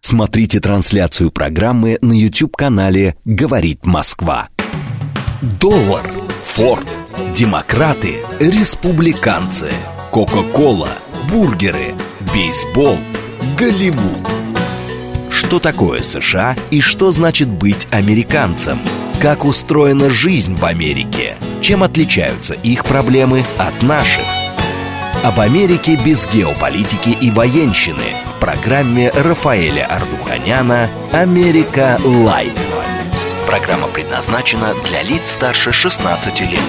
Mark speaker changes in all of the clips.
Speaker 1: Смотрите трансляцию программы на YouTube-канале «Говорит Москва». Доллар, Форд, демократы, республиканцы, Кока-кола, бургеры, бейсбол, Голливуд. Что такое США и что значит быть американцем? Как устроена жизнь в Америке? Чем отличаются их проблемы от наших? Об Америке без геополитики и военщины в программе Рафаэля Ардуханяна «Америка Лайт». Программа предназначена для лиц старше 16 лет.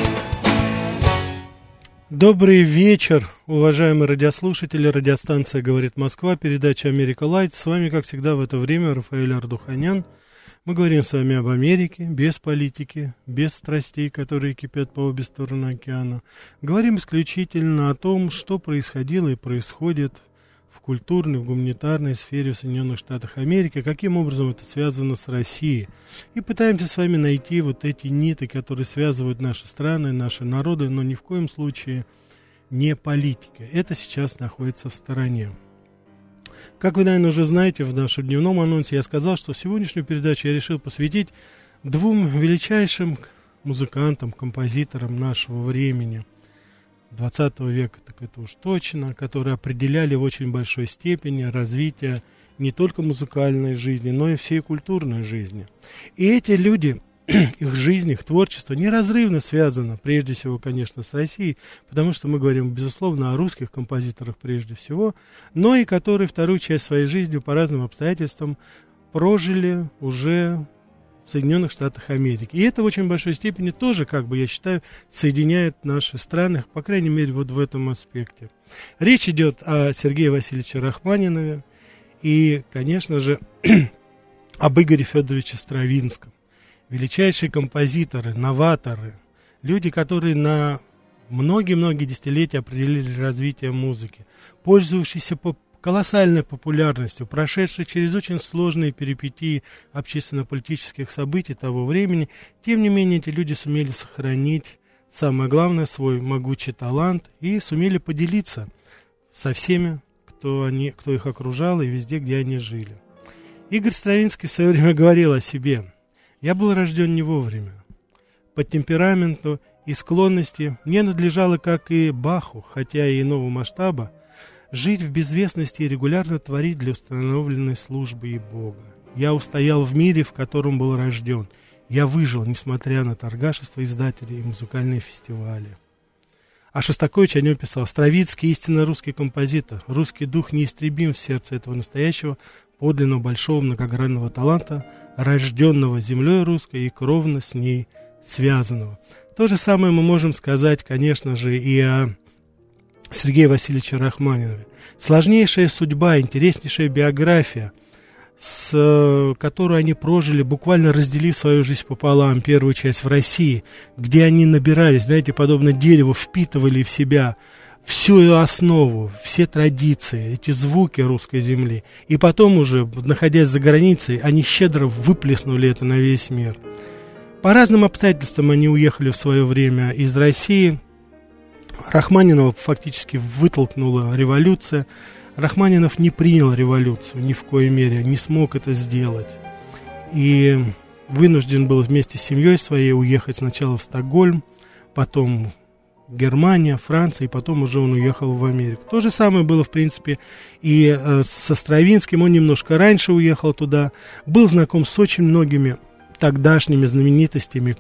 Speaker 2: Добрый вечер, уважаемые радиослушатели. Радиостанция «Говорит Москва», передача «Америка Лайт». С вами, как всегда, в это время Рафаэль Ардуханян. Мы говорим с вами об Америке, без политики, без страстей, которые кипят по обе стороны океана. Говорим исключительно о том, что происходило и происходит в культурной, в гуманитарной сфере в Соединенных Штатах Америки, каким образом это связано с Россией. И пытаемся с вами найти вот эти ниты, которые связывают наши страны, наши народы, но ни в коем случае не политика. Это сейчас находится в стороне. Как вы, наверное, уже знаете, в нашем дневном анонсе я сказал, что сегодняшнюю передачу я решил посвятить двум величайшим музыкантам, композиторам нашего времени 20 века, так это уж точно, которые определяли в очень большой степени развитие не только музыкальной жизни, но и всей культурной жизни. И эти люди, их жизнь, их творчество неразрывно связано, прежде всего, конечно, с Россией, потому что мы говорим, безусловно, о русских композиторах прежде всего, но и которые вторую часть своей жизни по разным обстоятельствам прожили уже в Соединенных Штатах Америки. И это в очень большой степени тоже, как бы, я считаю, соединяет наши страны, по крайней мере, вот в этом аспекте. Речь идет о Сергее Васильевиче Рахманинове и, конечно же, об Игоре Федоровиче Стравинском. Величайшие композиторы, новаторы, люди, которые на многие-многие десятилетия определили развитие музыки, пользовавшиеся колоссальной популярностью, прошедшие через очень сложные перипетии общественно-политических событий того времени, тем не менее эти люди сумели сохранить, самое главное, свой могучий талант и сумели поделиться со всеми, кто их окружал и везде, где они жили. Игорь Стравинский в свое время говорил о себе: «Я был рожден не вовремя. По темпераменту и склонности мне надлежало, как и Баху, хотя и иного масштаба, жить в безвестности и регулярно творить для установленной службы и Бога. Я устоял в мире, в котором был рожден. Я выжил, несмотря на торгашество издателей и музыкальные фестивали». А Шостакович о нем писал: «Стравинский истинно русский композитор. Русский дух неистребим в сердце этого настоящего, подлинно большого многогранного таланта, рожденного землей русской и кровно с ней связанного». То же самое мы можем сказать, конечно же, и о Сергее Васильевиче Рахманинове. Сложнейшая судьба, интереснейшая биография, с которой они прожили, буквально разделив свою жизнь пополам. Первую часть в России, где они набирались, знаете, подобно дереву, впитывали в себя всю ее основу, все традиции, эти звуки русской земли. И потом уже, находясь за границей, они щедро выплеснули это на весь мир. По разным обстоятельствам они уехали в свое время из России. Рахманинова фактически вытолкнула революция. Рахманинов не принял революцию ни в коей мере, не смог это сделать. И вынужден был вместе с семьей своей уехать сначала в Стокгольм, потом Германия, Франция, и потом уже он уехал в Америку. То же самое было, в принципе, и со Стравинским. Он немножко раньше уехал туда, был знаком с очень многими тогдашними знаменитостями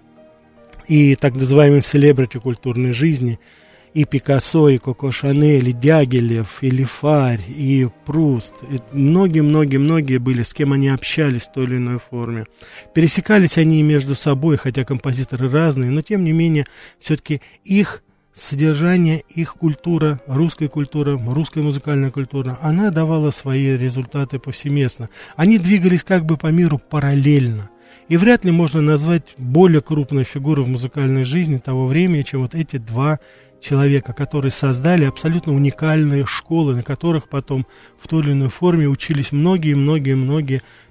Speaker 2: и так называемым селебрити культурной жизни. И Пикассо, и Коко Шанель, и Дягилев, и Лифарь, и Пруст. И многие были, с кем они общались в той или иной форме. Пересекались они между собой, хотя композиторы разные, но тем не менее, все-таки их содержание, их культура, русская музыкальная культура, она давала свои результаты повсеместно. Они двигались как бы по миру параллельно. И вряд ли можно назвать более крупной фигурой в музыкальной жизни того времени, чем вот эти два человека, которые создали абсолютно уникальные школы, на которых потом в той или иной форме учились многие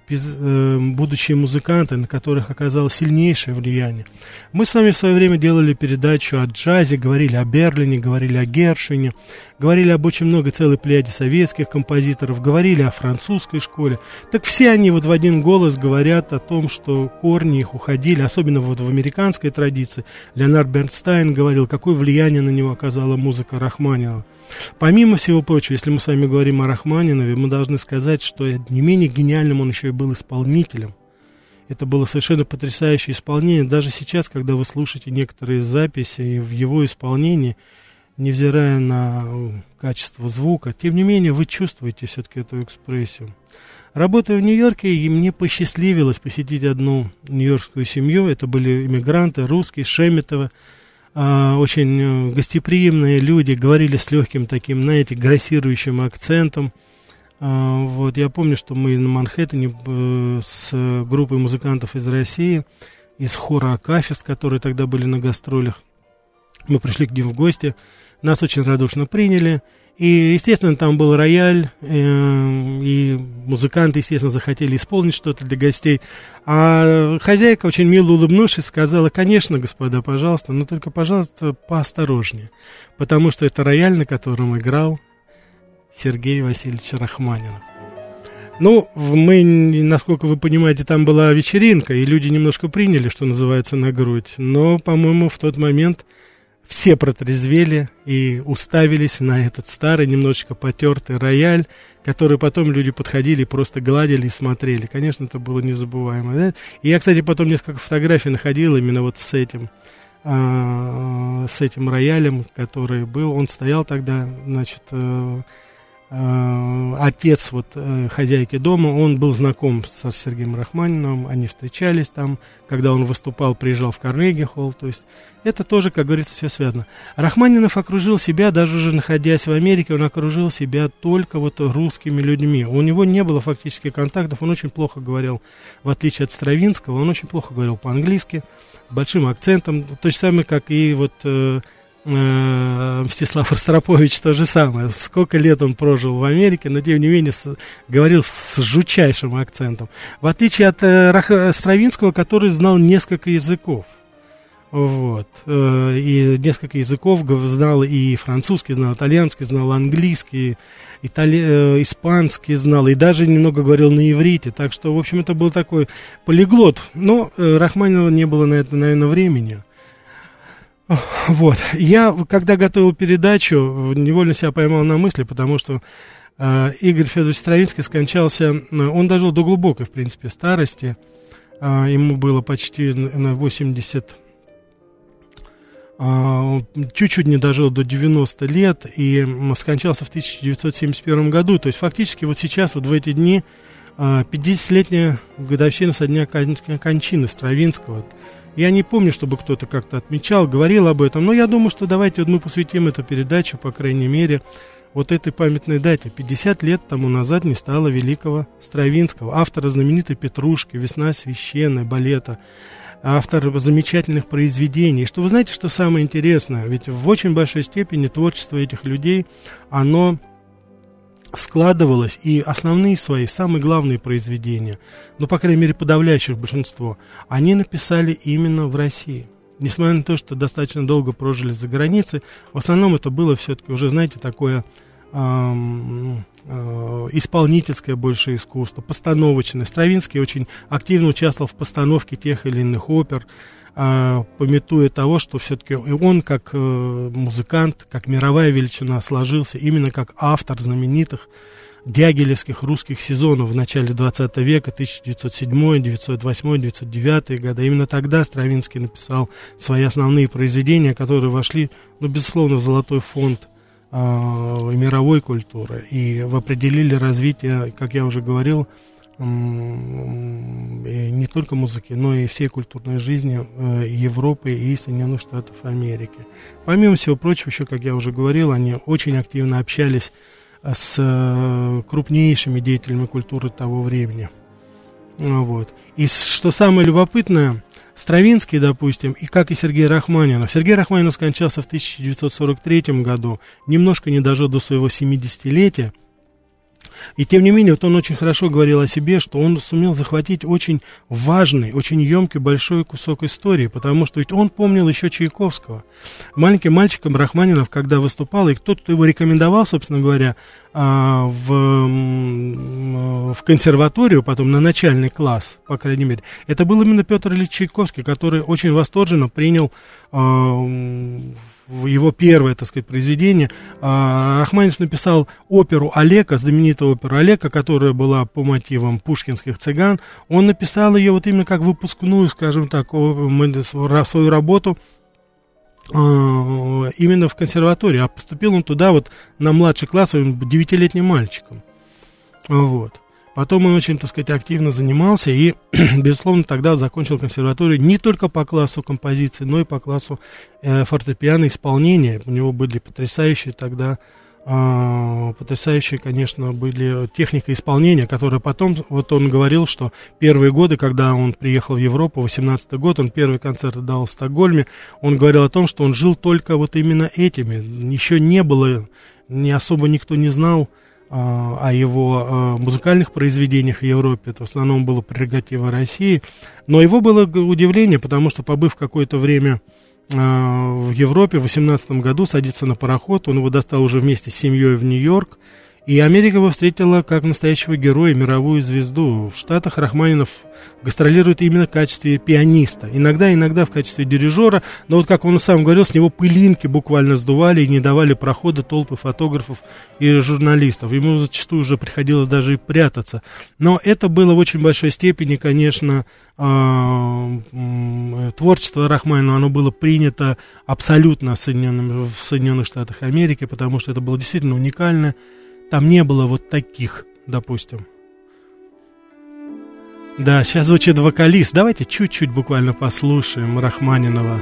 Speaker 2: будущие музыканты, на которых оказало сильнейшее влияние. Мы с вами в свое время делали передачу о джазе, говорили о Берлине, говорили о Гершвине, говорили об очень много, целой плеяде советских композиторов, говорили о французской школе. Так все они вот в один голос говорят о том, что корни их уходили, особенно вот в американской традиции. Леонард Бернстайн говорил, какое влияние на него оказала музыка Рахманинова. Помимо всего прочего, если мы с вами говорим о Рахманинове, мы должны сказать, что не менее гениальным он еще и был исполнителем. Это было совершенно потрясающее исполнение. Даже сейчас, когда вы слушаете некоторые записи и в его исполнении, невзирая на качество звука, тем не менее вы чувствуете все-таки эту экспрессию. Работая в Нью-Йорке, мне посчастливилось посетить одну нью-йоркскую семью. Это были иммигранты, русские, Шеметова. Очень гостеприимные люди, говорили с легким таким, знаете, грассирующим акцентом. Вот, я помню, что мы на Манхэттене с группой музыкантов из России, из хора «Акафист», которые тогда были на гастролях, мы пришли к ним в гости, нас очень радушно приняли. И, естественно, там был рояль, и музыканты, естественно, захотели исполнить что-то для гостей. А хозяйка, очень мило улыбнувшись, сказала: конечно, господа, пожалуйста, но только, пожалуйста, поосторожнее, потому что это рояль, на котором играл Сергей Васильевич Рахманинов. Ну, мы, насколько вы понимаете, там была вечеринка, и люди немножко приняли, что называется, на грудь. Но, по-моему, в тот момент все протрезвели и уставились на этот старый, немножечко потертый рояль, который потом люди подходили, просто гладили и смотрели. Конечно, это было незабываемо. Да? И я, кстати, потом несколько фотографий находил именно вот с этим роялем, который был. Он стоял тогда, значит, отец вот хозяйки дома, он был знаком со Сергеем Рахманиновым, они встречались там, когда он выступал, приезжал в Карнеги-холл, то есть это тоже, как говорится, все связано. Рахманинов окружил себя, даже уже находясь в Америке, он окружил себя только вот русскими людьми. У него не было фактически контактов, он очень плохо говорил, в отличие от Стравинского, он очень плохо говорил по-английски, с большим акцентом, то же самое, как и вот Мстислав Ростропович, то же самое. Сколько лет он прожил в Америке, но тем не менее говорил с жутчайшим акцентом. В отличие от Стравинского, который знал несколько языков. Вот. И несколько языков знал, и французский знал, итальянский знал, английский, испанский знал, и даже немного говорил на иврите. Так что, в общем, это был такой полиглот. Но Рахманинова не было на это, наверное, времени. Вот, я, когда готовил передачу, невольно себя поймал на мысли, потому что Игорь Федорович Стравинский скончался, он дожил до глубокой, в принципе, старости, ему было почти на 80, чуть-чуть не дожил до 90 лет, и скончался в 1971 году, то есть фактически вот сейчас, вот в эти дни, 50-летняя годовщина со дня кончины Стравинского. Я не помню, чтобы кто-то как-то отмечал, говорил об этом, но я думаю, что давайте вот мы посвятим эту передачу, по крайней мере, вот этой памятной дате. 50 лет тому назад не стало великого Стравинского, автора знаменитой «Петрушки», «Весна священная», балета, автор замечательных произведений. Что вы знаете, что самое интересное? Ведь в очень большой степени творчество этих людей, оно складывалось, и основные свои, самые главные произведения, ну, по крайней мере, подавляющее большинство, они написали именно в России. Несмотря на то, что достаточно долго прожили за границей, в основном это было все-таки уже, знаете, такое исполнительское больше искусство, постановочное. Стравинский очень активно участвовал в постановке тех или иных опер, памятуя того, что все-таки он, как музыкант, как мировая величина, сложился именно как автор знаменитых дягилевских русских сезонов в начале 20 века, 1907, 1908, 1909 годы. Именно тогда Стравинский написал свои основные произведения, которые вошли, ну, безусловно, в золотой фонд мировой культуры и определили развитие, как я уже говорил, не только музыки, но и всей культурной жизни Европы и Соединенных Штатов Америки. Помимо всего прочего, еще, как я уже говорил, они очень активно общались с крупнейшими деятелями культуры того времени. Вот. И что самое любопытное, Стравинский, допустим, и как и Сергей Рахманинов. Сергей Рахманинов скончался в 1943 году, немножко не дожил до своего 70-летия. И тем не менее, вот он очень хорошо говорил о себе, что он сумел захватить очень важный, очень емкий, большой кусок истории, потому что ведь он помнил еще Чайковского. Маленьким мальчиком Рахманинов, когда выступал, и кто-то его рекомендовал, собственно говоря, в консерваторию, потом на начальный класс, по крайней мере, это был именно Петр Ильич Чайковский, который очень восторженно принял его первое, так сказать, произведение. Рахманинов написал оперу «Олега», знаменитую оперу «Олега», которая была по мотивам пушкинских цыган. Он написал ее вот именно как выпускную, скажем так, свою работу именно в консерватории. А поступил он туда вот на младший класс, 9-летним мальчиком. Вот. Потом он очень, так сказать, активно занимался и, безусловно, тогда закончил консерваторию не только по классу композиции, но и по классу фортепиано исполнения. У него были потрясающие тогда, конечно, были техника исполнения, которая потом, вот он говорил, что первые годы, когда он приехал в Европу, 18-й год, он первый концерт дал в Стокгольме, он говорил о том, что он жил только вот именно этими. Еще не было, особо никто не знал о его музыкальных произведениях в Европе. Это в основном было прерогатива России. Но его было удивление, потому что, побыв какое-то время в Европе, в 18 году садится на пароход, он его достал уже вместе с семьей в Нью-Йорк, и Америка его встретила как настоящего героя, мировую звезду. В Штатах Рахманинов гастролирует именно в качестве пианиста, иногда в качестве дирижера, но вот как он сам говорил, с него пылинки буквально сдували и не давали прохода толпы фотографов и журналистов. Ему зачастую уже приходилось даже и прятаться. Но это было в очень большой степени, конечно, творчество Рахманинова, оно было принято абсолютно в Соединенных Штатах Америки, потому что это было действительно уникально. Там не было вот таких, допустим. Да, сейчас звучит вокалист. Давайте чуть-чуть буквально послушаем Рахманинова.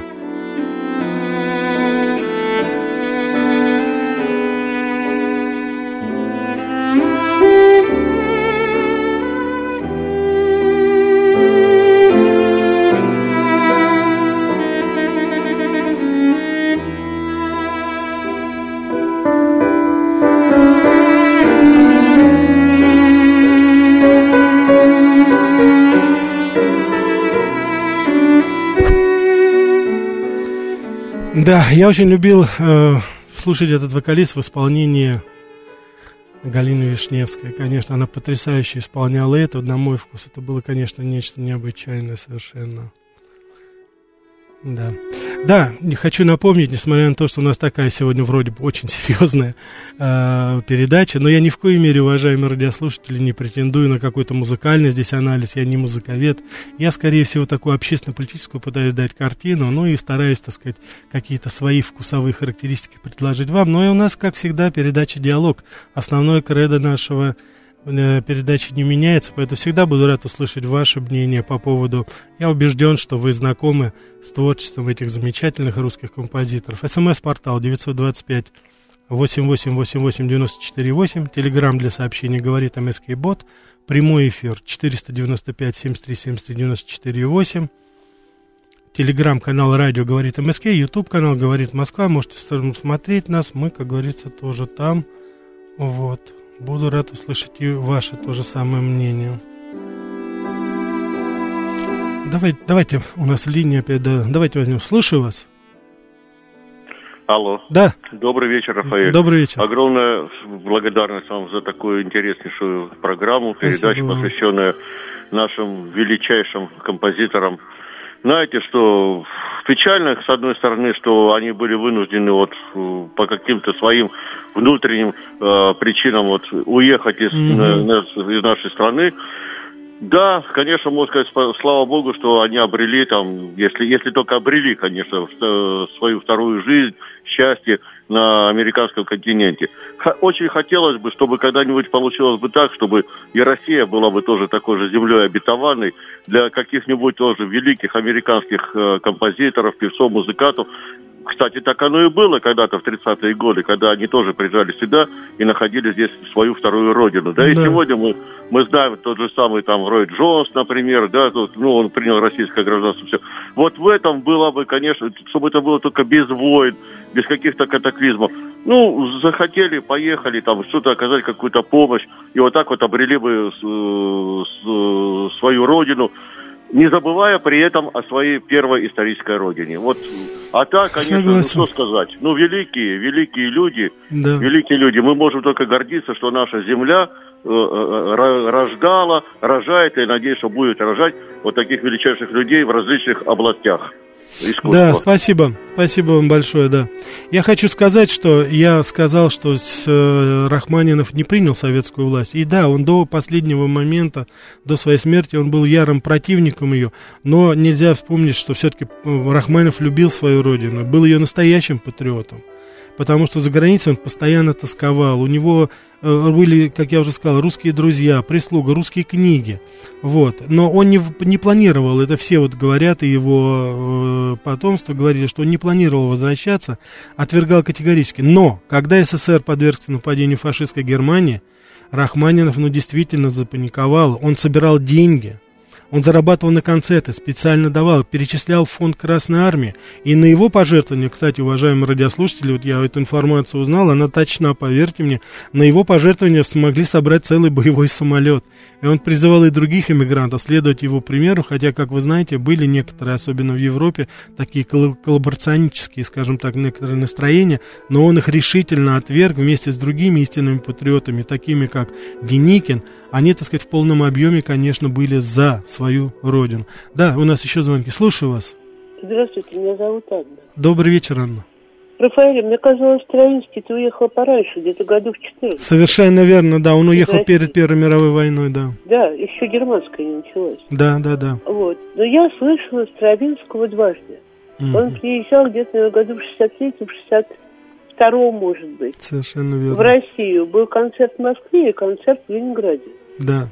Speaker 2: Да, я очень любил слушать этот вокалист в исполнении Галины Вишневской. Конечно, она потрясающе исполняла это. На мой вкус это было, конечно, нечто необычайное совершенно. Да. Да, хочу напомнить, несмотря на то, что у нас такая сегодня вроде бы очень серьезная передача, но я ни в коей мере, уважаемые радиослушатели, не претендую на какой-то музыкальный здесь анализ, я не музыковед. Я, скорее всего, такую общественно-политическую пытаюсь дать картину, ну и стараюсь, так сказать, какие-то свои вкусовые характеристики предложить вам. Но и у нас, как всегда, передача «Диалог». Основное кредо нашего передачи не меняется, поэтому всегда буду рад услышать ваше мнение по поводу. Я убежден, что вы знакомы с творчеством этих замечательных русских композиторов. СМС-портал 925-8888-94-8. Телеграм для сообщений «Говорит МСК-бот». Прямой эфир 495-73-73-94-8. Телеграм-канал «Радио Говорит МСК». Ютуб-канал «Говорит Москва». Можете смотреть нас. Мы, как говорится, тоже там. Вот. Буду рад услышать и ваше то же самое мнение. Давайте, у нас линия опять, да. Давайте возьмем. Слушаю вас.
Speaker 3: Алло.
Speaker 2: Да.
Speaker 3: Добрый вечер, Рафаэль.
Speaker 2: Добрый вечер.
Speaker 3: Огромная благодарность вам за такую интереснейшую программу, передачу, посвященную нашим величайшим композиторам. Знаете, что печально, с одной стороны, что они были вынуждены вот по каким-то своим внутренним причинам вот уехать из нашей страны. Да, конечно, можно сказать, слава богу, что они обрели там, если только обрели, конечно, свою вторую жизнь, счастье на американском континенте. Очень хотелось бы, чтобы когда-нибудь получилось бы так, чтобы и Россия была бы тоже такой же землей обетованной для каких-нибудь тоже великих американских композиторов, певцов, музыкантов. Кстати, так оно и было когда-то в 30-е годы, когда они тоже приезжали сюда и находили здесь свою вторую родину. Да, и сегодня мы знаем тот же самый там Рой Джонс, например, да, он принял российское гражданство, все. Вот в этом было бы, конечно, чтобы это было только без войн, без каких-то катаклизмов. Ну, захотели, поехали, там, что-то оказать, какую-то помощь, и вот так вот обрели бы свою родину, не забывая при этом о своей первой исторической родине. Вот, а так, конечно, ну, что сказать, ну, великие люди,
Speaker 2: да.
Speaker 3: Великие люди, мы можем только гордиться, что наша земля рождала, рожает, и надеюсь, что будет рожать вот таких величайших людей в различных областях искусства.
Speaker 2: Да, спасибо вам большое, да. Я хочу сказать, что я сказал, что Рахманинов не принял советскую власть. И да, он до последнего момента, до своей смерти, он был ярым противником ее. Но нельзя вспомнить, что все-таки Рахманинов любил свою родину, был ее настоящим патриотом. Потому что за границей он постоянно тосковал. У него были, как я уже сказал, русские друзья, прислуга, русские книги. Вот. Но он не планировал, это все вот говорят, и его потомство говорили, что он не планировал возвращаться, отвергал категорически. Но, когда СССР подвергся нападению фашистской Германии, Рахманинов, действительно запаниковал. Он собирал деньги. Он зарабатывал на концерты, специально давал, перечислял в фонд Красной Армии. И на его пожертвования, кстати, уважаемые радиослушатели, вот я эту информацию узнал, она точна, поверьте мне, на его пожертвования смогли собрать целый боевой самолет. И он призывал и других эмигрантов следовать его примеру, хотя, как вы знаете, были некоторые, особенно в Европе, такие коллаборационические, скажем так, некоторые настроения, но он их решительно отверг вместе с другими истинными патриотами, такими как Деникин. Они, так сказать, в полном объеме, конечно, были за свою родину. Да, у нас еще звонки. Слушаю вас.
Speaker 4: Здравствуйте, меня зовут Анна.
Speaker 2: Добрый вечер, Анна.
Speaker 4: Рафаэль, мне казалось, Стравинский-то уехал пораньше, где-то году в 14.
Speaker 2: Совершенно верно, да, он уехал перед Первой мировой войной, да.
Speaker 4: Да, еще германская не началась.
Speaker 2: Да.
Speaker 4: Вот, но я слышала Стравинского дважды. Он приезжал где-то в году в 63-м, в 62-м, может быть.
Speaker 2: Совершенно верно.
Speaker 4: В Россию. Был концерт в Москве и концерт в Ленинграде.
Speaker 2: Да.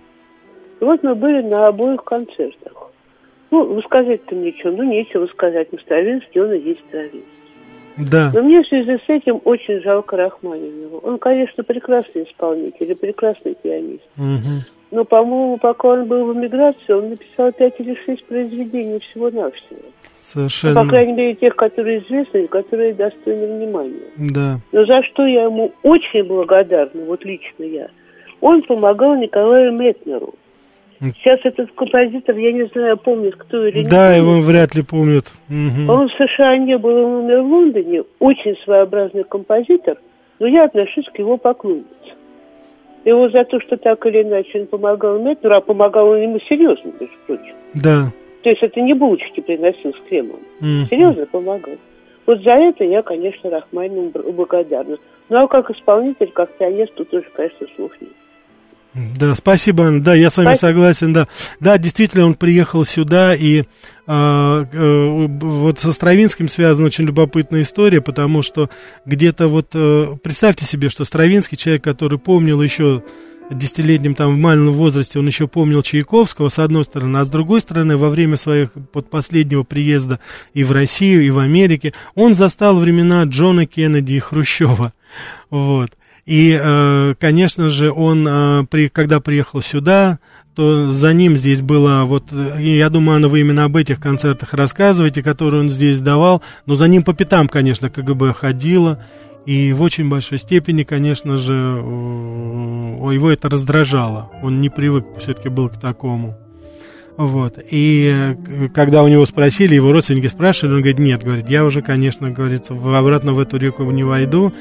Speaker 4: И вот мы были на обоих концертах. Ну, сказать-то мне что? Ну, нечего сказать. Ну, Стравинский, он и есть Стравинский.
Speaker 2: Да.
Speaker 4: Но мне в связи с этим очень жалко Рахманинова. Он, конечно, прекрасный исполнитель и прекрасный пианист.
Speaker 2: Угу.
Speaker 4: Но, по-моему, пока он был в эмиграции, он написал 5 или 6 произведений всего-навсего.
Speaker 2: Совершенно.
Speaker 4: Ну, по крайней мере, тех, которые известны и которые достойны внимания.
Speaker 2: Да.
Speaker 4: Но за что я ему очень благодарна, вот лично я, он помогал Николаю Метнеру. Сейчас этот композитор, я не знаю, помнит, кто или не.
Speaker 2: Да, его вряд ли помнит. Угу.
Speaker 4: Он в США не был, он умер в Лондоне. Очень своеобразный композитор, но я отношусь к его поклоннице. Его за то, что так или иначе он помогал Метнеру, а помогал он ему серьезно, между прочим.
Speaker 2: Да.
Speaker 4: То есть это не булочки приносил с кремом. Серьезно помогал. Вот за это я, конечно, Рахманинову благодарна. Ну, а как исполнитель, как пианист, тут тоже, конечно, слов нет.
Speaker 2: Да, спасибо, Анна. Да, я с вами согласен, да. Да, действительно, он приехал сюда, и вот со Стравинским связана очень любопытная история, потому что где-то вот, представьте себе, что Стравинский, человек, который помнил еще десятилетним там в маленьком возрасте, он еще помнил Чайковского, с одной стороны, а с другой стороны, во время своих вот последнего приезда и в Россию, и в Америке, он застал времена Джона Кеннеди и Хрущева, вот. И, конечно же, он, когда приехал сюда, то за ним здесь было, вот, я думаю, Анна, вы именно об этих концертах рассказываете, которые он здесь давал, но за ним по пятам, конечно, КГБ ходило, и в очень большой степени, конечно же, его это раздражало, он не привык все-таки был к такому. Вот, и когда у него спросили, его родственники спрашивали, он говорит, нет, говорит, я уже, конечно, говорится, обратно в эту реку не войду.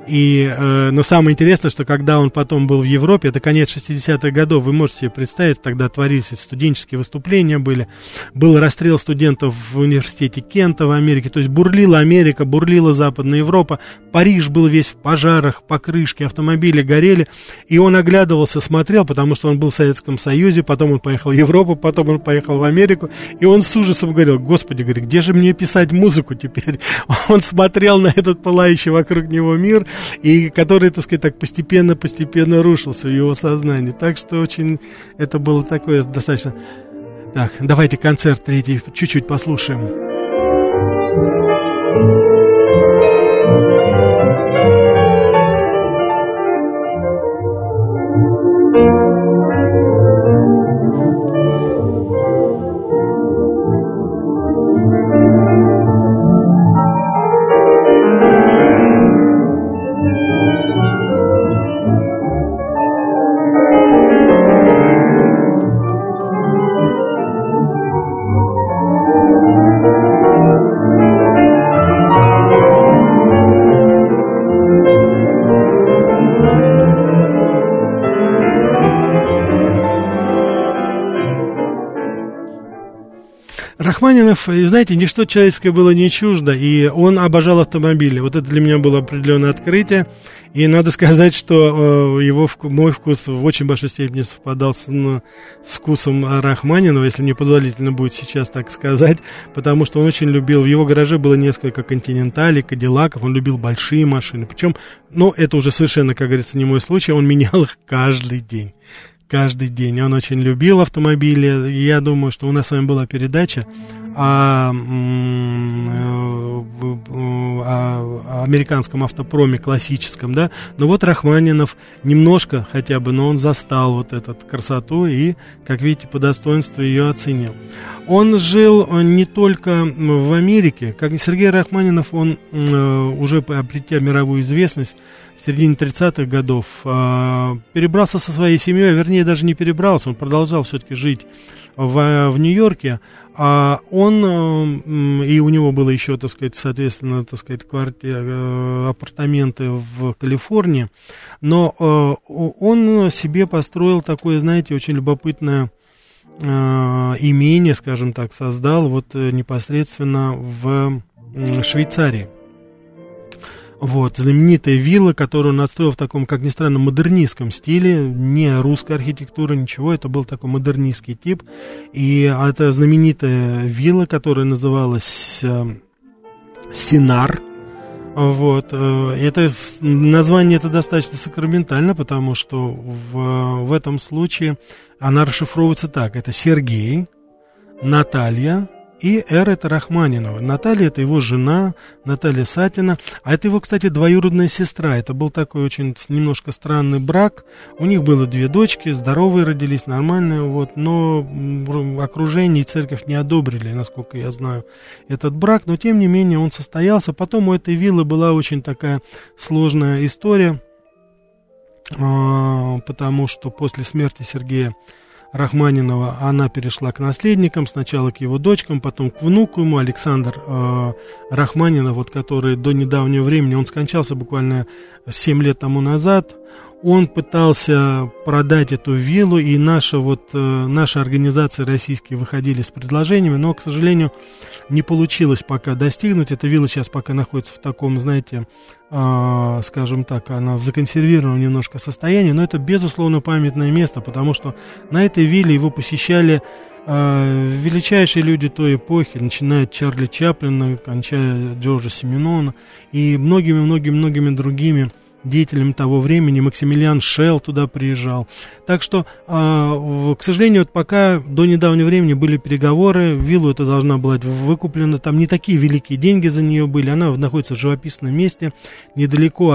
Speaker 2: Но самое интересное, что когда он потом был в Европе, это конец 60-х годов, вы можете себе представить, тогда творились студенческие выступления были, был расстрел студентов в университете Кента в Америке, то есть бурлила Америка, бурлила Западная Европа, Париж был весь в пожарах, покрышки, автомобили горели, и он оглядывался, смотрел, потому что он был в Советском Союзе, потом он поехал в Европу, потом он поехал в Америку, и он с ужасом говорил, господи, говорит, где же мне писать музыку теперь? Он смотрел на этот пылающий вокруг него мир, и который, так сказать, так постепенно рушился в его сознании. Так что очень это было такое достаточно... Так, давайте концерт третий чуть-чуть послушаем. Рахманинов, знаете, ничто человеческое было не чуждо, и он обожал автомобили. Вот это для меня было определенное открытие. И надо сказать, что мой вкус в очень большой степени совпадал с вкусом Рахманинова, если мне позволительно будет сейчас так сказать, потому что он очень любил, в его гараже было несколько континенталей, кадиллаков, он любил большие машины. Причем, это уже совершенно, как говорится, не мой случай, он менял их каждый день. Каждый день. Он очень любил автомобили. Я думаю, что у нас с вами была передача о американском автопроме классическом, да. Но вот Рахманинов немножко хотя бы, но он застал вот эту красоту и, как видите, по достоинству ее оценил. Он жил не только в Америке, как Сергей Рахманинов, он уже обретя мировую известность в середине 30-х годов перебрался со своей семьей, вернее даже не перебрался, он продолжал все-таки жить в Нью-Йорке. Он, и у него было еще, так сказать, соответственно, так сказать, апартаменты в Калифорнии, но он себе построил такое, знаете, очень любопытное имение, скажем так, создал вот непосредственно в Швейцарии. Вот, знаменитая вилла, которую он отстроил в таком, как ни странно, модернистском стиле, не русская архитектура, ничего, это был такой модернистский тип. И это знаменитая вилла, которая называлась Синар. Вот, это название это достаточно сакраментально, потому что в этом случае она расшифровывается так: это Сергей, Наталья и Р. это Рахманинова. Наталья — это его жена, Наталья Сатина. А это его, кстати, двоюродная сестра. Это был такой очень немножко странный брак. У них было 2 дочки, здоровые родились, нормальные, вот. Но окружение и церковь не одобрили, насколько я знаю, этот брак. Но, тем не менее, он состоялся. Потом у этой виллы была очень такая сложная история, потому что после смерти Сергея Рахманинова она перешла к наследникам, сначала к его дочкам, потом к внуку ему, Александр Рахманинов, вот, который до недавнего времени, он скончался буквально 7 лет тому назад. Он пытался продать эту виллу, и наши организации российские выходили с предложениями, но, к сожалению, не получилось пока достигнуть. Эта вилла сейчас пока находится в таком, знаете, скажем так, она в законсервированном немножко состоянии, но это, безусловно, памятное место, потому что на этой вилле его посещали величайшие люди той эпохи, начиная от Чарли Чаплина, кончая Джорджа Сименона и многими другими деятелями того времени. Максимилиан Шелл туда приезжал. Так что, к сожалению, вот пока до недавнего времени были переговоры, виллу это должна была быть выкуплена, там не такие великие деньги за нее были, она находится в живописном месте, недалеко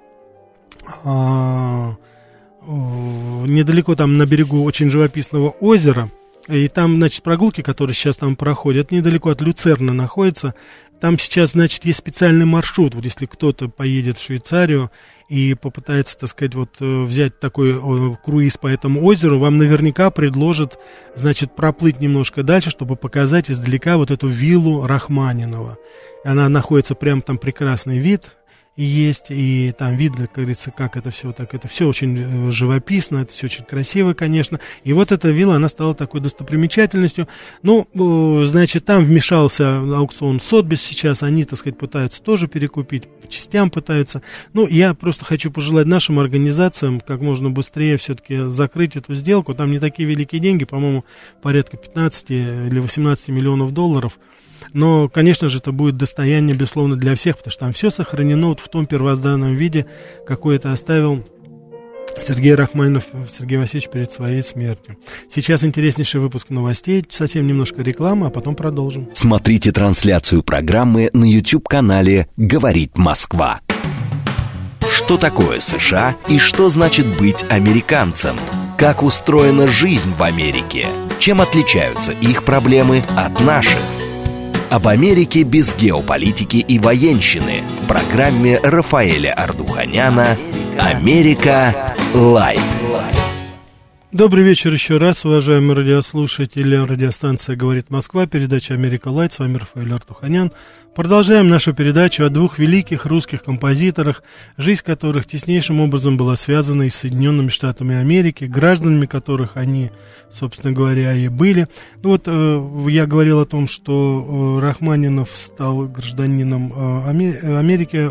Speaker 2: там на берегу очень живописного озера, и там, значит, прогулки, которые сейчас там проходят, недалеко от Люцерна находится. Там сейчас, значит, есть специальный маршрут. Вот если кто-то поедет в Швейцарию и попытается, так сказать, вот взять такой круиз по этому озеру, вам наверняка предложат, значит, проплыть немножко дальше, чтобы показать издалека вот эту виллу Рахманинова. Она находится прям там, прекрасный вид и есть, и там видно, как говорится, как это все так, это все очень живописно, это все очень красиво, конечно, и вот эта вилла, она стала такой достопримечательностью. Ну, значит, там вмешался аукцион Сотбис сейчас, они, так сказать, пытаются тоже перекупить, по частям пытаются. Ну, я просто хочу пожелать нашим организациям как можно быстрее все-таки закрыть эту сделку, там не такие великие деньги, по-моему, порядка 15 или 18 миллионов долларов. Но, конечно же, это будет достояние, безусловно, для всех, потому что там все сохранено вот в том первозданном виде, какой это оставил Сергей Рахманинов, Сергей Васильевич, перед своей смертью. Сейчас интереснейший выпуск новостей, совсем немножко рекламы, а потом продолжим.
Speaker 1: Смотрите трансляцию программы на YouTube-канале «Говорит Москва». Что такое США и что значит быть американцем? Как устроена жизнь в Америке? Чем отличаются их проблемы от наших? Об Америке без геополитики и военщины в программе Рафаэля Ардуханяна «Америка Лайв».
Speaker 2: Добрый вечер еще раз, уважаемые радиослушатели. Радиостанция «Говорит Москва», передача «Америка Лайт». С вами Рафаэль Ардуханян. Продолжаем нашу передачу о двух великих русских композиторах, жизнь которых теснейшим образом была связана и с Соединенными Штатами Америки, гражданами которых они, собственно говоря, и были. Ну вот я говорил о том, что Рахманинов стал гражданином Америки,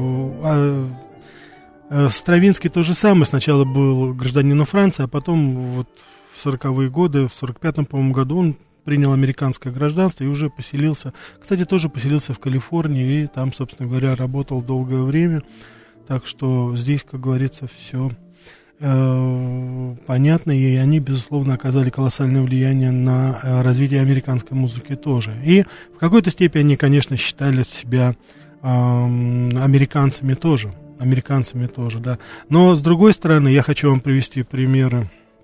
Speaker 2: Стравинский то же самое. Сначала был гражданином Франции, а потом вот в 40-е годы, в 45-м, по-моему, году он принял американское гражданство и уже поселился, кстати, тоже поселился в Калифорнии и там, собственно говоря, работал долгое время. Так что здесь, как говорится, все понятно, и они, безусловно, оказали колоссальное влияние на развитие американской музыки тоже. И в какой-то степени они, конечно, считали себя американцами тоже, да. Но, с другой стороны, я хочу вам привести примеры,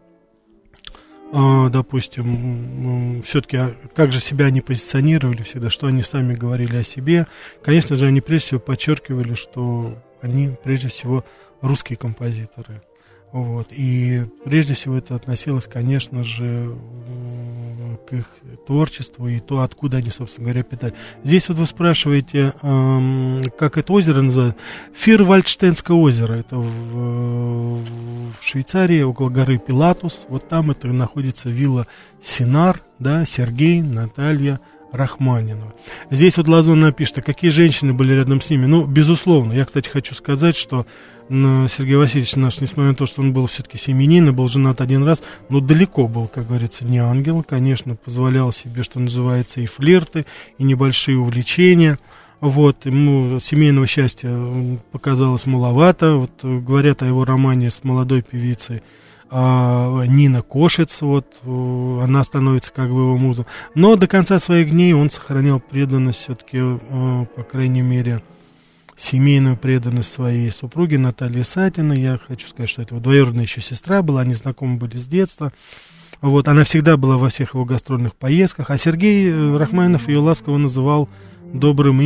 Speaker 2: допустим, все-таки, как же себя они позиционировали всегда, что они сами говорили о себе. Конечно же, они прежде всего подчеркивали, что они, прежде всего, русские композиторы. Вот. И прежде всего это относилось, конечно же, к их творчеству и то, откуда они, собственно говоря, питали. Здесь вот вы спрашиваете, как это озеро называется. Фирвальдштейнское озеро. Это в Швейцарии, около горы Пилатус. Вот там это находится вилла Синар, да, Сергей, Наталья Рахманинова. Здесь вот Лазон напишет, а какие женщины были рядом с ними. Ну, безусловно. Я, кстати, хочу сказать, что Сергей Васильевич наш, несмотря на то, что он был все-таки семьянин и был женат один раз, но далеко был, как говорится, не ангел. Конечно, позволял себе, что называется, и флирты, и небольшие увлечения. Вот, ему семейного счастья показалось маловато. Вот говорят о его романе с молодой певицей Нина Кошец, вот, она становится как бы его музой. Но до конца своих дней он сохранял преданность все-таки, по крайней мере, семейную преданность своей супруге Наталье Сатиной. Я хочу сказать, что это его двоюродная еще сестра была, они знакомы были с детства. Вот, она всегда была во всех его гастрольных поездках, а Сергей Рахманинов ее ласково называл добрым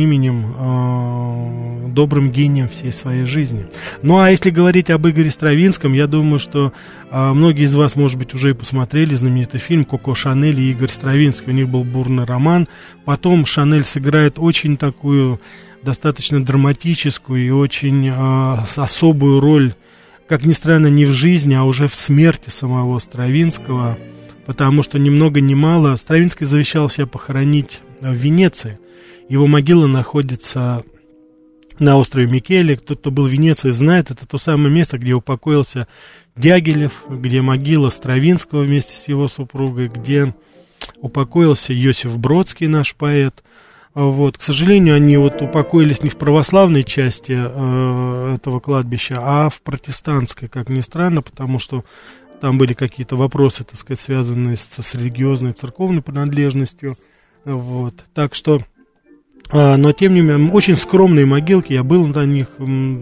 Speaker 2: именем, добрым гением всей своей жизни. Ну, а если говорить об Игоре Стравинском, я думаю, что многие из вас, может быть, уже и посмотрели знаменитый фильм «Коко Шанель и Игорь Стравинский». У них был бурный роман. Потом Шанель сыграет очень такую достаточно драматическую и очень особую роль, как ни странно, не в жизни, а уже в смерти самого Стравинского, потому что ни много ни мало Стравинский завещал себя похоронить в Венеции. Его могила находится на острове Микеле. Тот, кто был в Венеции, знает, это то самое место, где упокоился Дягилев, где могила Стравинского вместе с его супругой, где упокоился Иосиф Бродский, наш поэт. Вот. К сожалению, они вот упокоились не в православной части этого кладбища, а в протестантской, как ни странно, потому что там были какие-то вопросы, так сказать, связанные с религиозной, церковной принадлежностью. Вот. Так что, но тем не менее, очень скромные могилки, я был на них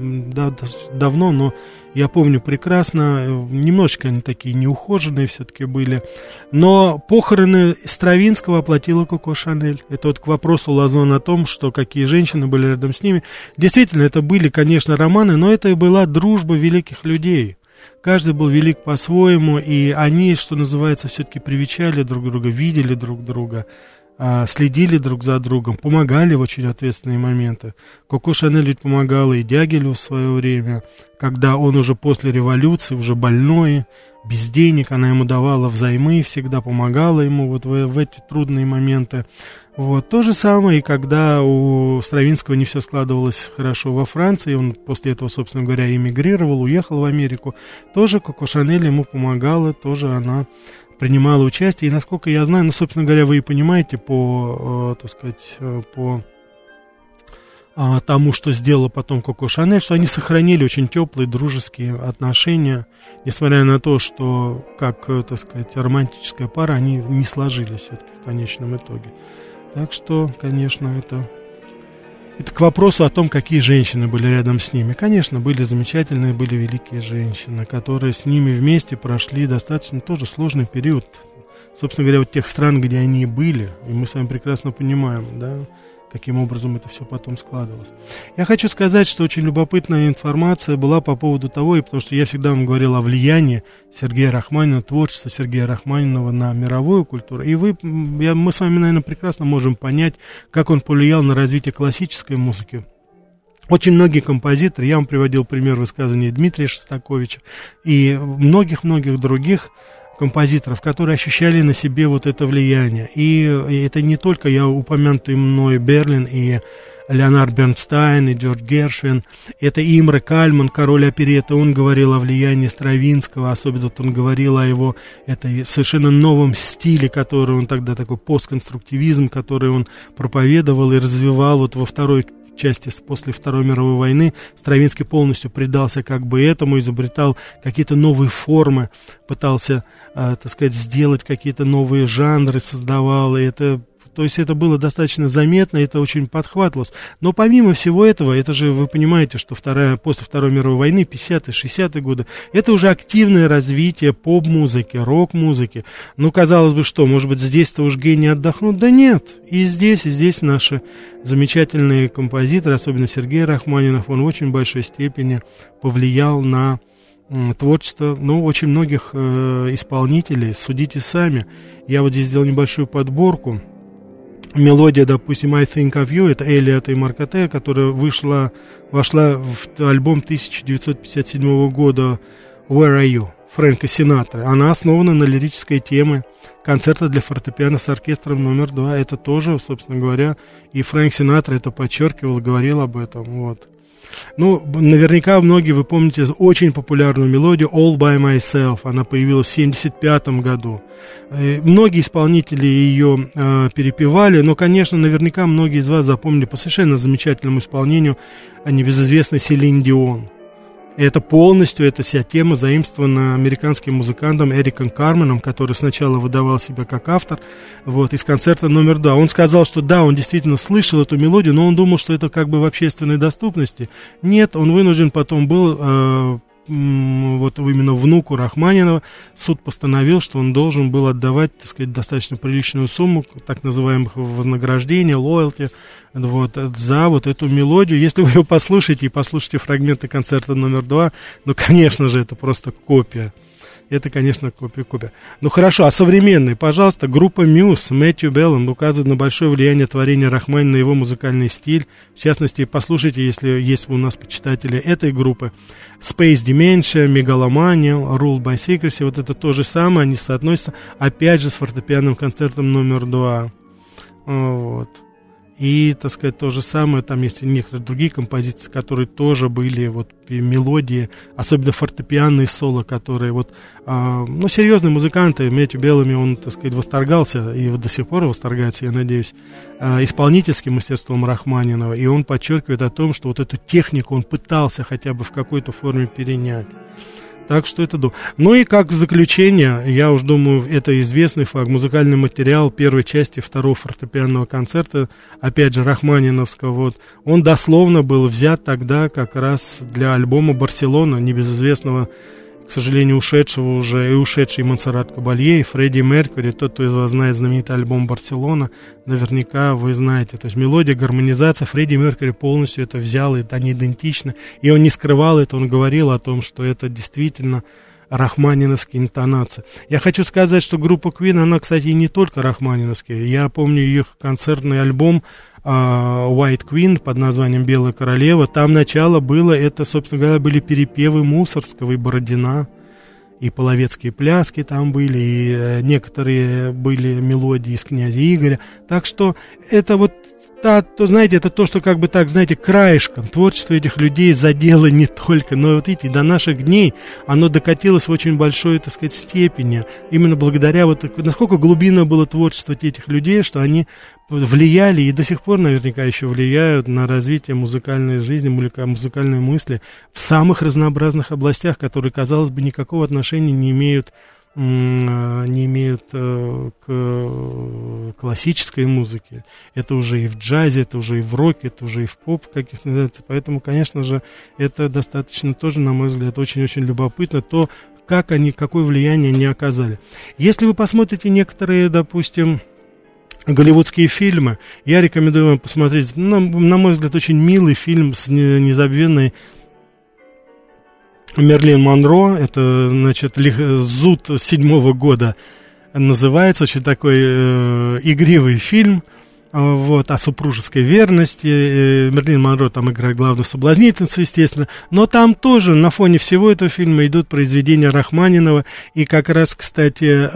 Speaker 2: давно, но я помню прекрасно, немножечко они такие неухоженные все-таки были, но похороны Стравинского оплатила Коко Шанель. Это вот к вопросу Лазон о том, что какие женщины были рядом с ними. Действительно, это были, конечно, романы, но это и была дружба великих людей. Каждый был велик по-своему, и они, что называется, все-таки привечали друг друга, видели друг друга, следили друг за другом, помогали в очень ответственные моменты. Коко Шанель ведь помогала и Дягилеву в свое время, когда он уже после революции, уже больной, без денег, она ему давала взаймы, всегда помогала ему вот в эти трудные моменты. Вот. То же самое, и когда у Стравинского не все складывалось хорошо во Франции, он после этого, собственно говоря, эмигрировал, уехал в Америку, тоже Коко Шанель ему помогала, тоже она принимала участие, и, насколько я знаю, ну, собственно говоря, вы и понимаете так сказать, по тому, что сделала потом Коко Шанель, что они сохранили очень теплые дружеские отношения, несмотря на то, что, как, так сказать, романтическая пара, они не сложились все-таки в конечном итоге. Так что, конечно, это к вопросу о том, какие женщины были рядом с ними. Конечно, были замечательные, были великие женщины, которые с ними вместе прошли достаточно тоже сложный период, собственно говоря, вот тех стран, где они были, и мы с вами прекрасно понимаем, да, каким образом это все потом складывалось. Я хочу сказать, что очень любопытная информация была по поводу того, и потому что я всегда вам говорил о влиянии Сергея Рахманинова, творчества Сергея Рахманинова на мировую культуру. И мы с вами, наверное, прекрасно можем понять, как он повлиял на развитие классической музыки. Очень многие композиторы, я вам приводил пример высказывания Дмитрия Шостаковича и многих-многих других композиторов, которые ощущали на себе вот это влияние. И это не только я упомянутый мной Берлин и Леонард Бернстайн и Джордж Гершвин, это и Имре Кальман, король оперетты, он говорил о влиянии Стравинского, особенно он говорил о его этой совершенно новом стиле, который он тогда, такой постконструктивизм, который он проповедовал и развивал вот во второй части после Второй мировой войны. Стравинский полностью предался как бы этому, изобретал какие-то новые формы, пытался, так сказать, сделать какие-то новые жанры, создавал, и это... То есть это было достаточно заметно, это очень подхватывалось. Но помимо всего этого, это же вы понимаете, что после Второй мировой войны, 50-е, 60-е годы, это уже активное развитие поп-музыки, рок-музыки. Ну, казалось бы, что, может быть, здесь-то уж гении отдохнут? Да нет. И здесь наши замечательные композиторы, особенно Сергей Рахманинов, он в очень большой степени повлиял на творчество, очень многих исполнителей. Судите сами. Я вот здесь сделал небольшую подборку. Мелодия, допустим, I Think of You, это Элиота и Маркоте, которая вошла в альбом 1957 года Where Are You? Фрэнка Синатры. Она основана на лирической теме концерта для фортепиано с оркестром номер 2. Это тоже, собственно говоря, и Фрэнк Синатра это подчеркивал, говорил об этом. Вот. Ну, наверняка многие вы помните очень популярную мелодию All By Myself. Она появилась в 1975 году. Многие исполнители ее перепевали, но, конечно, наверняка многие из вас запомнили по совершенно замечательному исполнению небезызвестной Селин Дион. Это полностью, эта вся тема заимствована американским музыкантом Эриком Карменом, который сначала выдавал себя как автор, вот, из концерта номер 2. Он сказал, что да, он действительно слышал эту мелодию, но он думал, что это как бы в общественной доступности. Нет, он вынужден потом был... вот именно внуку Рахманинова суд постановил, что он должен был отдавать, так сказать, достаточно приличную сумму так называемых вознаграждений, лоялти, вот, за вот эту мелодию. Если вы ее послушаете и послушаете фрагменты концерта номер 2, ну, конечно же, это просто копия. Это, конечно, копия. Ну, хорошо, а современные, пожалуйста, группа Muse, Мэтью Беллам указывает на большое влияние творения Рахманинова на его музыкальный стиль. В частности, послушайте, если есть у нас почитатели этой группы, Space Dementia, Megalomania, Ruled by Secrecy, вот это то же самое, они соотносятся, опять же, с фортепианным концертом номер 2. Вот. И, так сказать, то же самое, там есть некоторые другие композиции, которые тоже были, вот, мелодии, особенно фортепианные соло, которые, вот, серьезные музыканты, Мэтью Беллами, он, так сказать, восторгался, и до сих пор восторгается, я надеюсь, исполнительским мастерством Рахманинова, и он подчеркивает о том, что вот эту технику он пытался хотя бы в какой-то форме перенять. Так что это... Ну и как заключение, я уж думаю, это известный факт, музыкальный материал первой части второго фортепианного концерта, опять же, Рахманиновского, вот, он дословно был взят тогда как раз для альбома «Барселона», небезызвестного, к сожалению, ушедший Монсеррат Кабалье и Фредди Меркьюри. Тот, кто из вас знает знаменитый альбом «Барселона», наверняка вы знаете. То есть мелодия, гармонизация, Фредди Меркьюри полностью это взял, и они идентичны. И он не скрывал это, он говорил о том, что это действительно рахманиновские интонации. Я хочу сказать, что группа Queen, она, кстати, не только рахманиновская. Я помню их концертный альбом White Queen под названием «Белая королева». Там начало было, это, собственно говоря, были перепевы Мусорского и Бородина, и половецкие пляски там были, и некоторые были мелодии из «Князя Игоря». Так что это вот, знаете, это то, что как бы так, знаете, краешком творчество этих людей задело не только, но вот видите, до наших дней оно докатилось в очень большой, так сказать, степени, именно благодаря вот, насколько глубинное было творчество этих людей, что они влияли и до сих пор наверняка еще влияют на развитие музыкальной жизни, музыкальной мысли в самых разнообразных областях, которые, казалось бы, никакого отношения не имеют к классической музыке. Это уже и в джазе, это уже и в роке, это уже и в поп каких-то. Поэтому, конечно же, это достаточно тоже, на мой взгляд, очень-очень любопытно, то, какое влияние они оказали. Если вы посмотрите некоторые, допустим, голливудские фильмы. Я рекомендую вам посмотреть, на мой взгляд, очень милый фильм с незабвенной Мерлин Монро. Это, значит, «Зуд» 7-го года называется. Очень такой игривый фильм. Вот, о супружеской верности. Мерлин Монро там играет главную соблазнительницу, естественно. Но там тоже на фоне всего этого фильма идут произведения Рахманинова. И как раз, кстати,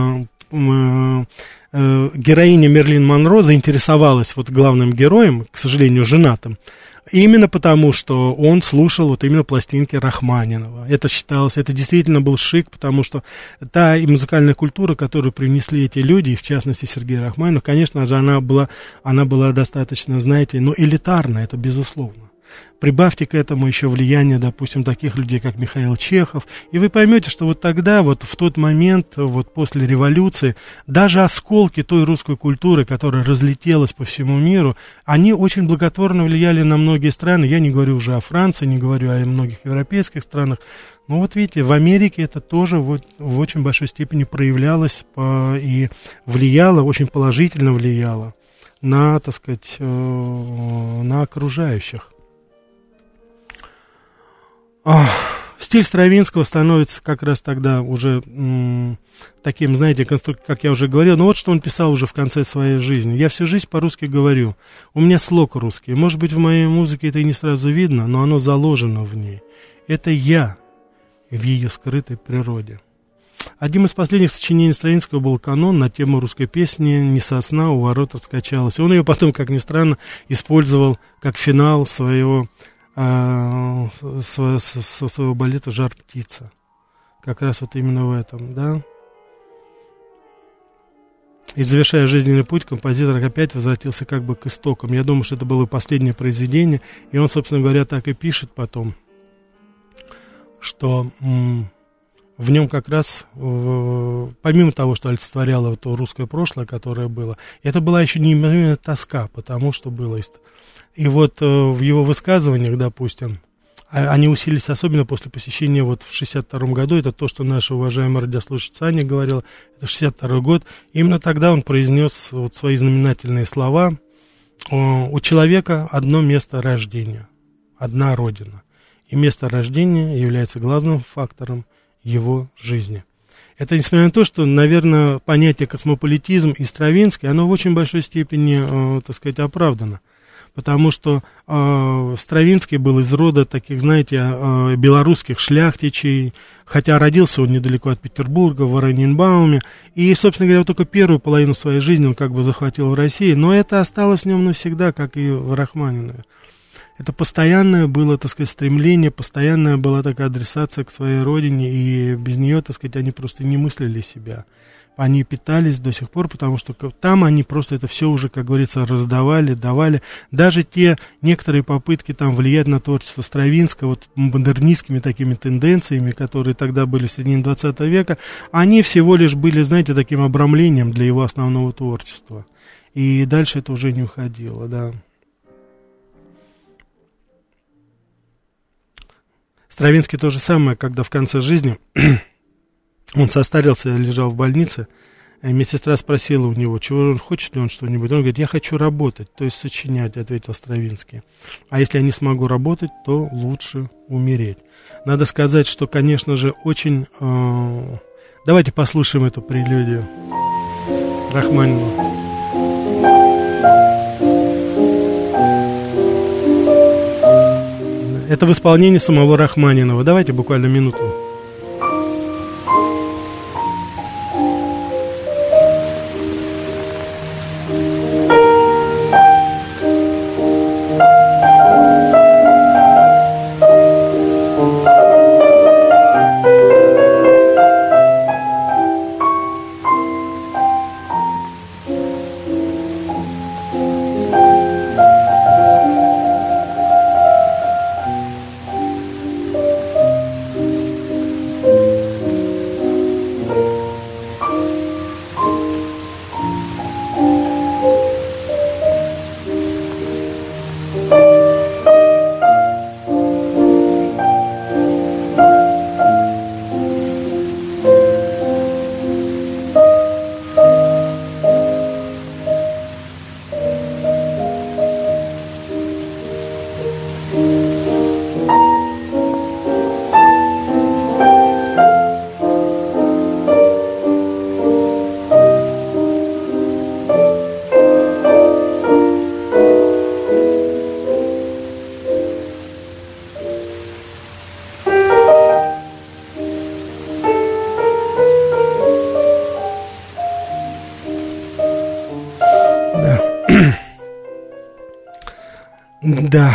Speaker 2: героиня Мерлин Монро заинтересовалась вот главным героем, к сожалению, женатым, именно потому, что он слушал вот именно пластинки Рахманинова. Это считалось, это действительно был шик, потому что та и музыкальная культура, которую принесли эти люди, и в частности Сергей Рахманинов, конечно же, она была достаточно, знаете, элитарная, это безусловно. Прибавьте к этому еще влияние, допустим, таких людей, как Михаил Чехов, и вы поймете, что вот тогда, вот в тот момент, вот после революции, даже осколки той русской культуры, которая разлетелась по всему миру, они очень благотворно влияли на многие страны. Я не говорю уже о Франции, не говорю о многих европейских странах, но вот видите, в Америке это тоже вот в очень большой степени проявлялось и влияло, очень положительно влияло на, так сказать, на окружающих. Стиль Стравинского становится как раз тогда уже таким, знаете, как я уже говорил, вот что он писал уже в конце своей жизни. «Я всю жизнь по-русски говорю, у меня слог русский, может быть, в моей музыке это и не сразу видно, но оно заложено в ней. Это я в ее скрытой природе». Одним из последних сочинений Стравинского был канон на тему русской песни «Не сосна у ворот раскачалась». И он ее потом, как ни странно, использовал как финал своего балета «Жар птица». Как раз вот именно в этом, да. И завершая жизненный путь, композитор опять возвратился как бы к истокам. Я думаю, что это было последнее произведение, и он, собственно говоря, так и пишет потом, что в нем как раз, помимо того, что олицетворяло то русское прошлое, которое было, это была еще неимоверная тоска, потому что было. И вот в его высказываниях, допустим, они усилились особенно после посещения вот в 62-м году, это то, что наша уважаемая радиослушательница Аня говорила, это 62-й год, именно тогда он произнес вот свои знаменательные слова: «У человека одно место рождения, одна родина, и место рождения является главным фактором его жизни». Это несмотря на то, что, наверное, понятие космополитизм и Стравинский, оно в очень большой степени, так сказать, оправдано. Потому что Стравинский был из рода таких, знаете, белорусских шляхтичей, хотя родился он недалеко от Петербурга, в Ораниенбауме, и, собственно говоря, только первую половину своей жизни он как бы захватил в России, но это осталось в нем навсегда, как и в Рахманинове. Это постоянное было, так сказать, стремление, постоянная была такая адресация к своей родине, и без нее, так сказать, они просто не мыслили себя. Они питались до сих пор, потому что там они просто это все уже, как говорится, раздавали, давали. Даже те некоторые попытки там влиять на творчество Стравинского, вот модернистскими такими тенденциями, которые тогда были в середине 20 века, они всего лишь были, знаете, таким обрамлением для его основного творчества. И дальше это уже не уходило, да. Стравинский то же самое, когда в конце жизни он состарился, лежал в больнице, и медсестра спросила у него, чего он хочет ли он что-нибудь. Он говорит: я хочу работать, то есть сочинять, ответил Стравинский. А если я не смогу работать, то лучше умереть. Надо сказать, что, конечно же, очень... Давайте послушаем эту прелюдию Рахманинова. Это в исполнении самого Рахманинова. Давайте буквально минуту. Да.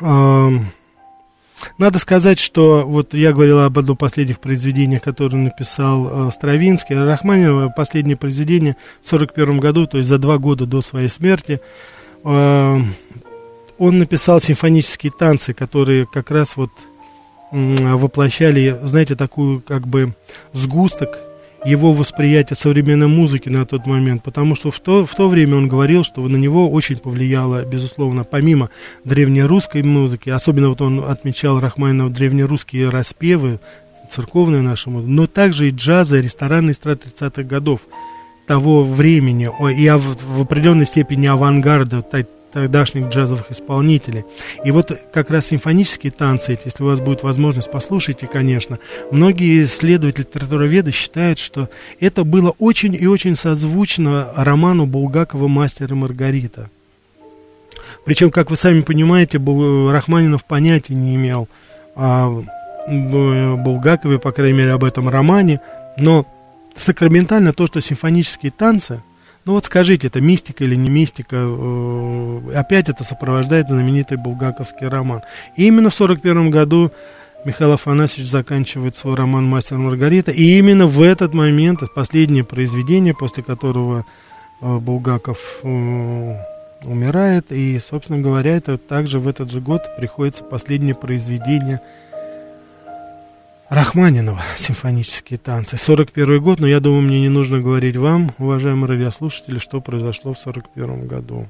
Speaker 2: Надо сказать, что вот я говорил об одном последних произведениях, которое написал Стравинский. Рахманинова последнее произведение в 1941 году, то есть за 2 года до своей смерти, он написал симфонические танцы, которые как раз вот воплощали, знаете, такую как бы сгусток его восприятия современной музыки на тот момент, потому что в то время он говорил, что на него очень повлияло, безусловно, помимо древнерусской музыки, особенно вот он отмечал Рахманинова древнерусские распевы, церковные наши, но также и джаза, и ресторанные эстрады 30-х годов того времени, и в определенной степени авангарда тогдашних джазовых исполнителей. И вот как раз симфонические танцы, если у вас будет возможность, послушайте, конечно. Многие исследователи, литературоведы считают, что это было очень и очень созвучно роману Булгакова «Мастер и Маргарита». Причем, как вы сами понимаете, Рахманинов понятия не имел о Булгакове, по крайней мере, об этом романе, но сакраментально то, что симфонические танцы, ну вот скажите, это мистика или не мистика, опять это сопровождает знаменитый булгаковский роман. И именно в 1941 году Михаил Афанасьевич заканчивает свой роман «Мастер и Маргарита», и именно в этот момент, последнее произведение, после которого Булгаков умирает, и, собственно говоря, это также в этот же год приходится последнее произведение Рахманинова, симфонические танцы. 1941 год, но я думаю, мне не нужно говорить вам, уважаемые радиослушатели, что произошло в 1941 году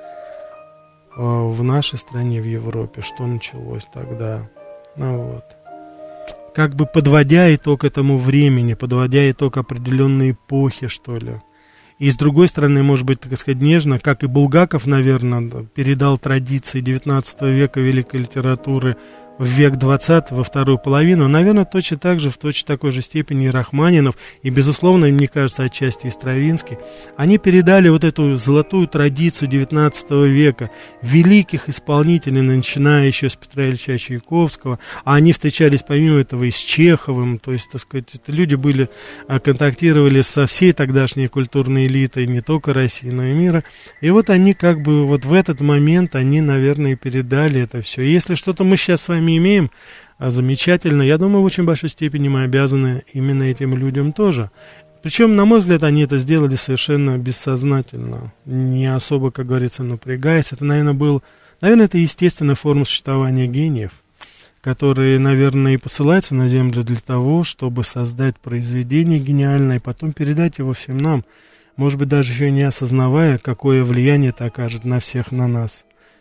Speaker 2: в нашей стране, в Европе, что началось тогда. Ну вот. Как бы подводя итог этому времени, подводя итог определенной эпохи, что ли. И с другой стороны, может быть, так сказать, нежно, как и Булгаков, наверное, передал традиции XIX века великой литературы в век 20, во вторую половину, наверное, точно так же, в точно такой же степени и Рахманинов, и, безусловно, мне кажется, отчасти и Стравинский, они передали вот эту золотую традицию 19 века, великих исполнителей, начиная еще с Петра Ильича Чайковского, а они встречались, помимо этого, и с Чеховым, то есть, так сказать, это люди были, контактировали со всей тогдашней культурной элитой, не только России, но и мира, и вот они как бы вот в этот момент, они, наверное, и передали это все. И если что-то мы сейчас с вами имеем, замечательно. Я думаю, в очень большой степени мы обязаны именно этим людям тоже. Причем, на мой взгляд, они это сделали совершенно бессознательно, не особо, как говорится, напрягаясь. Это, наверное, это естественная форма существования гениев, которые, наверное, и посылаются на Землю для того, чтобы создать произведение гениальное и потом передать его всем нам, может быть, даже еще не осознавая, какое влияние это окажет на всех, на нас.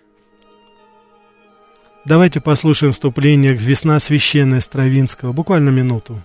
Speaker 2: Давайте послушаем вступление «Весна священная» Стравинского. Буквально минуту.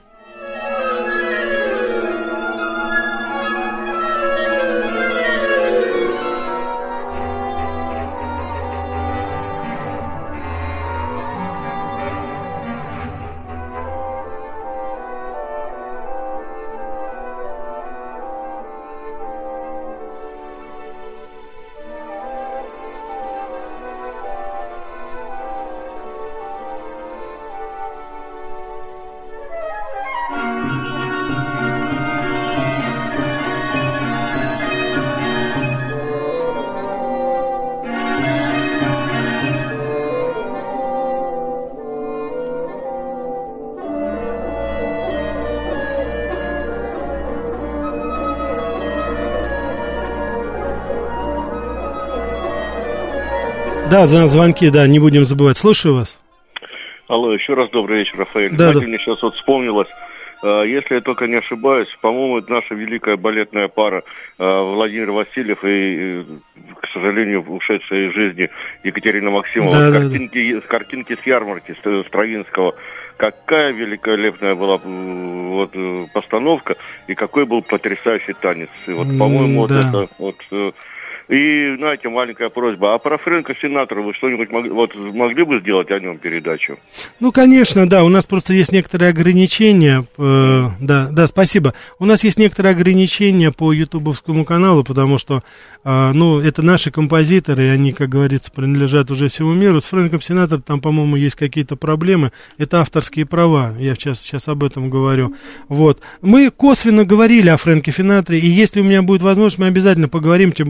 Speaker 2: Да, за звонки, да, не будем забывать. Слушаю вас.
Speaker 3: Алло, еще раз добрый вечер, Рафаэль.
Speaker 2: Да,
Speaker 3: знаете, мне сейчас вот вспомнилось, если я только не ошибаюсь, по-моему, это наша великая балетная пара Владимир Васильев и, к сожалению, ушедшая из жизни Екатерина Максимова.
Speaker 2: Да,
Speaker 3: картинки с ярмарки Стравинского. Какая великолепная была вот постановка и какой был потрясающий танец. И вот, по-моему,
Speaker 2: да.
Speaker 3: вот это вот... И, знаете, маленькая просьба. А про Фрэнка Синатра вы что-нибудь могли бы сделать о нем передачу? Ну, конечно, да. У нас просто есть некоторые ограничения. Да, спасибо. У нас есть некоторые ограничения по ютубовскому каналу, потому что, это наши композиторы, и они, как говорится, принадлежат уже всему миру. С Фрэнком Синатрой там, по-моему, есть какие-то проблемы. Это авторские права. Я сейчас об этом говорю. Вот. Мы косвенно говорили о Фрэнке Синатре, и если у меня будет возможность, мы обязательно поговорим, тем более мне посчастливилось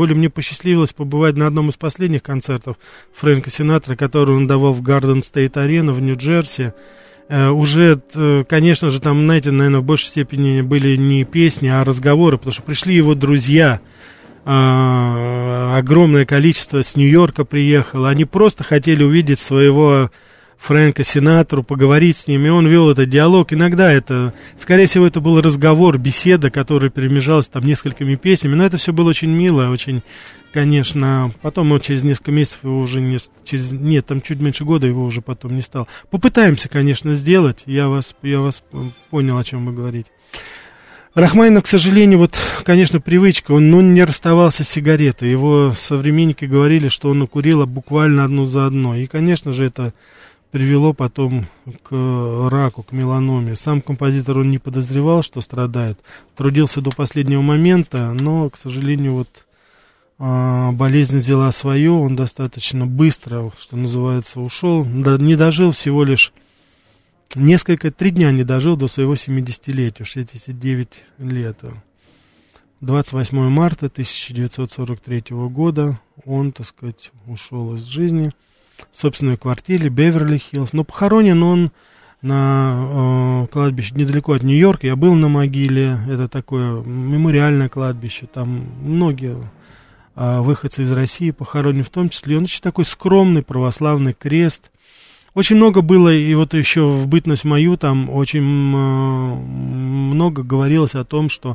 Speaker 2: посчастливилось побывать на одном из последних концертов Фрэнка Синатра, который он давал в Гарден Стейт Арена в Нью-Джерси. Уже, конечно же, там, знаете, наверное, в большей степени были не песни, а разговоры, потому что пришли его друзья, огромное количество с Нью-Йорка приехало, они просто хотели увидеть своего Фрэнка Синатру, поговорить с ним, и он вел этот диалог. Иногда это, скорее всего, это был разговор, беседа, которая перемежалась там несколькими песнями, но это все было очень мило, очень, конечно, потом он через несколько месяцев его уже нет, там чуть меньше года его уже потом не стало. Попытаемся, конечно, сделать, я вас понял, о чем вы говорите. Рахманинов, к сожалению, вот, конечно, привычка, он не расставался с сигаретой, его современники говорили, что он накурил буквально одну за одной, и, конечно же, это привело потом к раку, к меланоме. Сам композитор, он не подозревал, что страдает, трудился до последнего момента, но, к сожалению, вот болезнь взяла свое, он достаточно быстро, что называется, ушел, не дожил всего лишь 3 дня не дожил до своего 70-летия, 69 лет. 28 марта 1943 года он, так сказать, ушел из жизни в собственной квартире Беверли-Хиллз. Но похоронен он на кладбище недалеко от Нью-Йорка. Я был на могиле, это такое мемориальное кладбище, там многие выходцы из России похоронены в том числе. Он очень такой скромный православный крест. Очень много было, и вот еще в бытность мою там очень много говорилось о том, что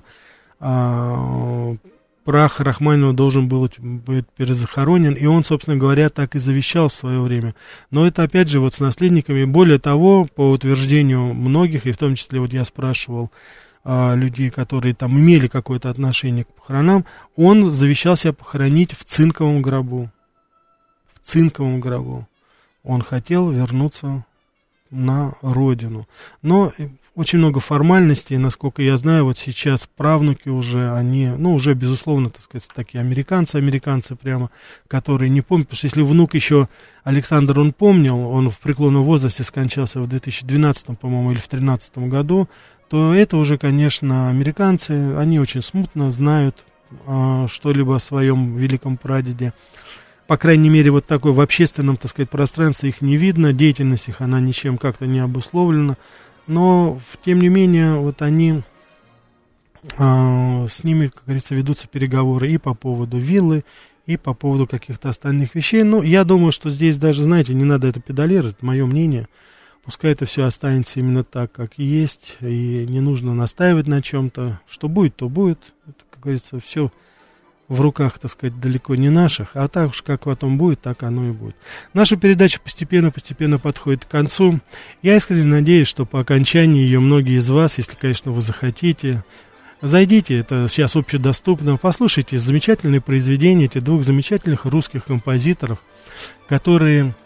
Speaker 2: прах Рахманинова должен был быть перезахоронен, и он, собственно говоря, так и завещал в свое время. Но это, опять же, вот с наследниками. Более того, по утверждению многих, и в том числе вот я спрашивал людей, которые там имели какое-то отношение к похоронам, он завещал себя похоронить в цинковом гробу. В цинковом гробу. Он хотел вернуться на родину. Но очень много формальностей, насколько я знаю, вот сейчас правнуки уже, они, уже, безусловно, так сказать, такие американцы прямо, которые не помнят, потому что если внук еще, Александр, он помнил, он в преклонном возрасте скончался в 2012, по-моему, или в 2013 году, то это уже, конечно, американцы, они очень смутно знают что-либо о своем великом прадеде. По крайней мере, вот такой в общественном, так сказать, пространстве их не видно, деятельность их, она ничем как-то не обусловлена, но, тем не менее, вот они, с ними, как говорится, ведутся переговоры и по поводу виллы, и по поводу каких-то остальных вещей. Ну, я думаю, что здесь даже, знаете, не надо это педалировать, мое мнение, пускай это все останется именно так, как есть, и не нужно настаивать на чем-то, что будет, то будет, это, как говорится, все в руках, так сказать, далеко не наших, а так уж как потом будет, так оно и будет. Наша передача постепенно подходит к концу. Я искренне надеюсь, что по окончании ее многие из вас, если, конечно, вы захотите, зайдите, это сейчас общедоступно, послушайте замечательные произведения этих двух замечательных русских композиторов, которые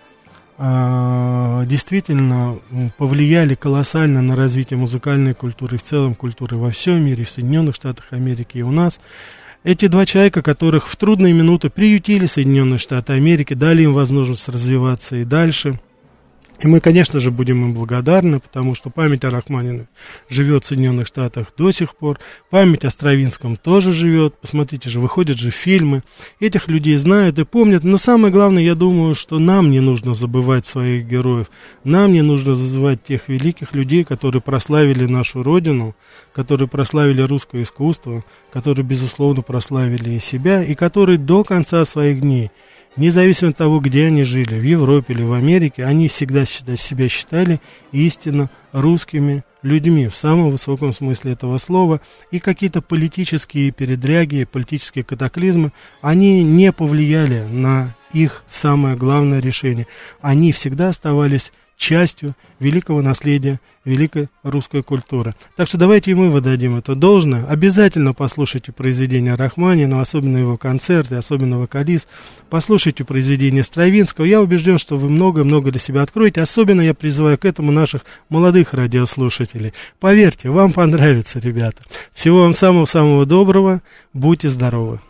Speaker 2: действительно повлияли колоссально на развитие музыкальной культуры, в целом культуры во всем мире, в Соединенных Штатах Америки и у нас. Эти два человека, которых в трудные минуты приютили Соединенные Штаты Америки, дали им возможность развиваться и дальше. И мы, конечно же, будем им благодарны, потому что память о Рахманинове живет в Соединенных Штатах до сих пор. Память о Стравинском тоже живет. Посмотрите же, выходят же фильмы. Этих людей знают и помнят. Но самое главное, я думаю, что нам не нужно забывать своих героев. Нам не нужно забывать тех великих людей, которые прославили нашу Родину, которые прославили русское искусство, которые, безусловно, прославили и себя, и которые до конца своих дней, независимо от того, где они жили, в Европе или в Америке, они всегда себя считали истинно русскими людьми, в самом высоком смысле этого слова, и какие-то политические передряги, политические катаклизмы, они не повлияли на их самое главное решение. Они всегда оставались частью великого наследия, великой русской культуры. Так что давайте и мы выдадим это должное. Обязательно послушайте произведения Рахманинова, особенно его концерты, особенно вокалист. Послушайте произведения Стравинского. Я убежден, что вы много-много для себя откроете. Особенно я призываю к этому наших молодых радиослушателей. Поверьте, вам понравится, ребята. Всего вам самого-самого доброго. Будьте здоровы.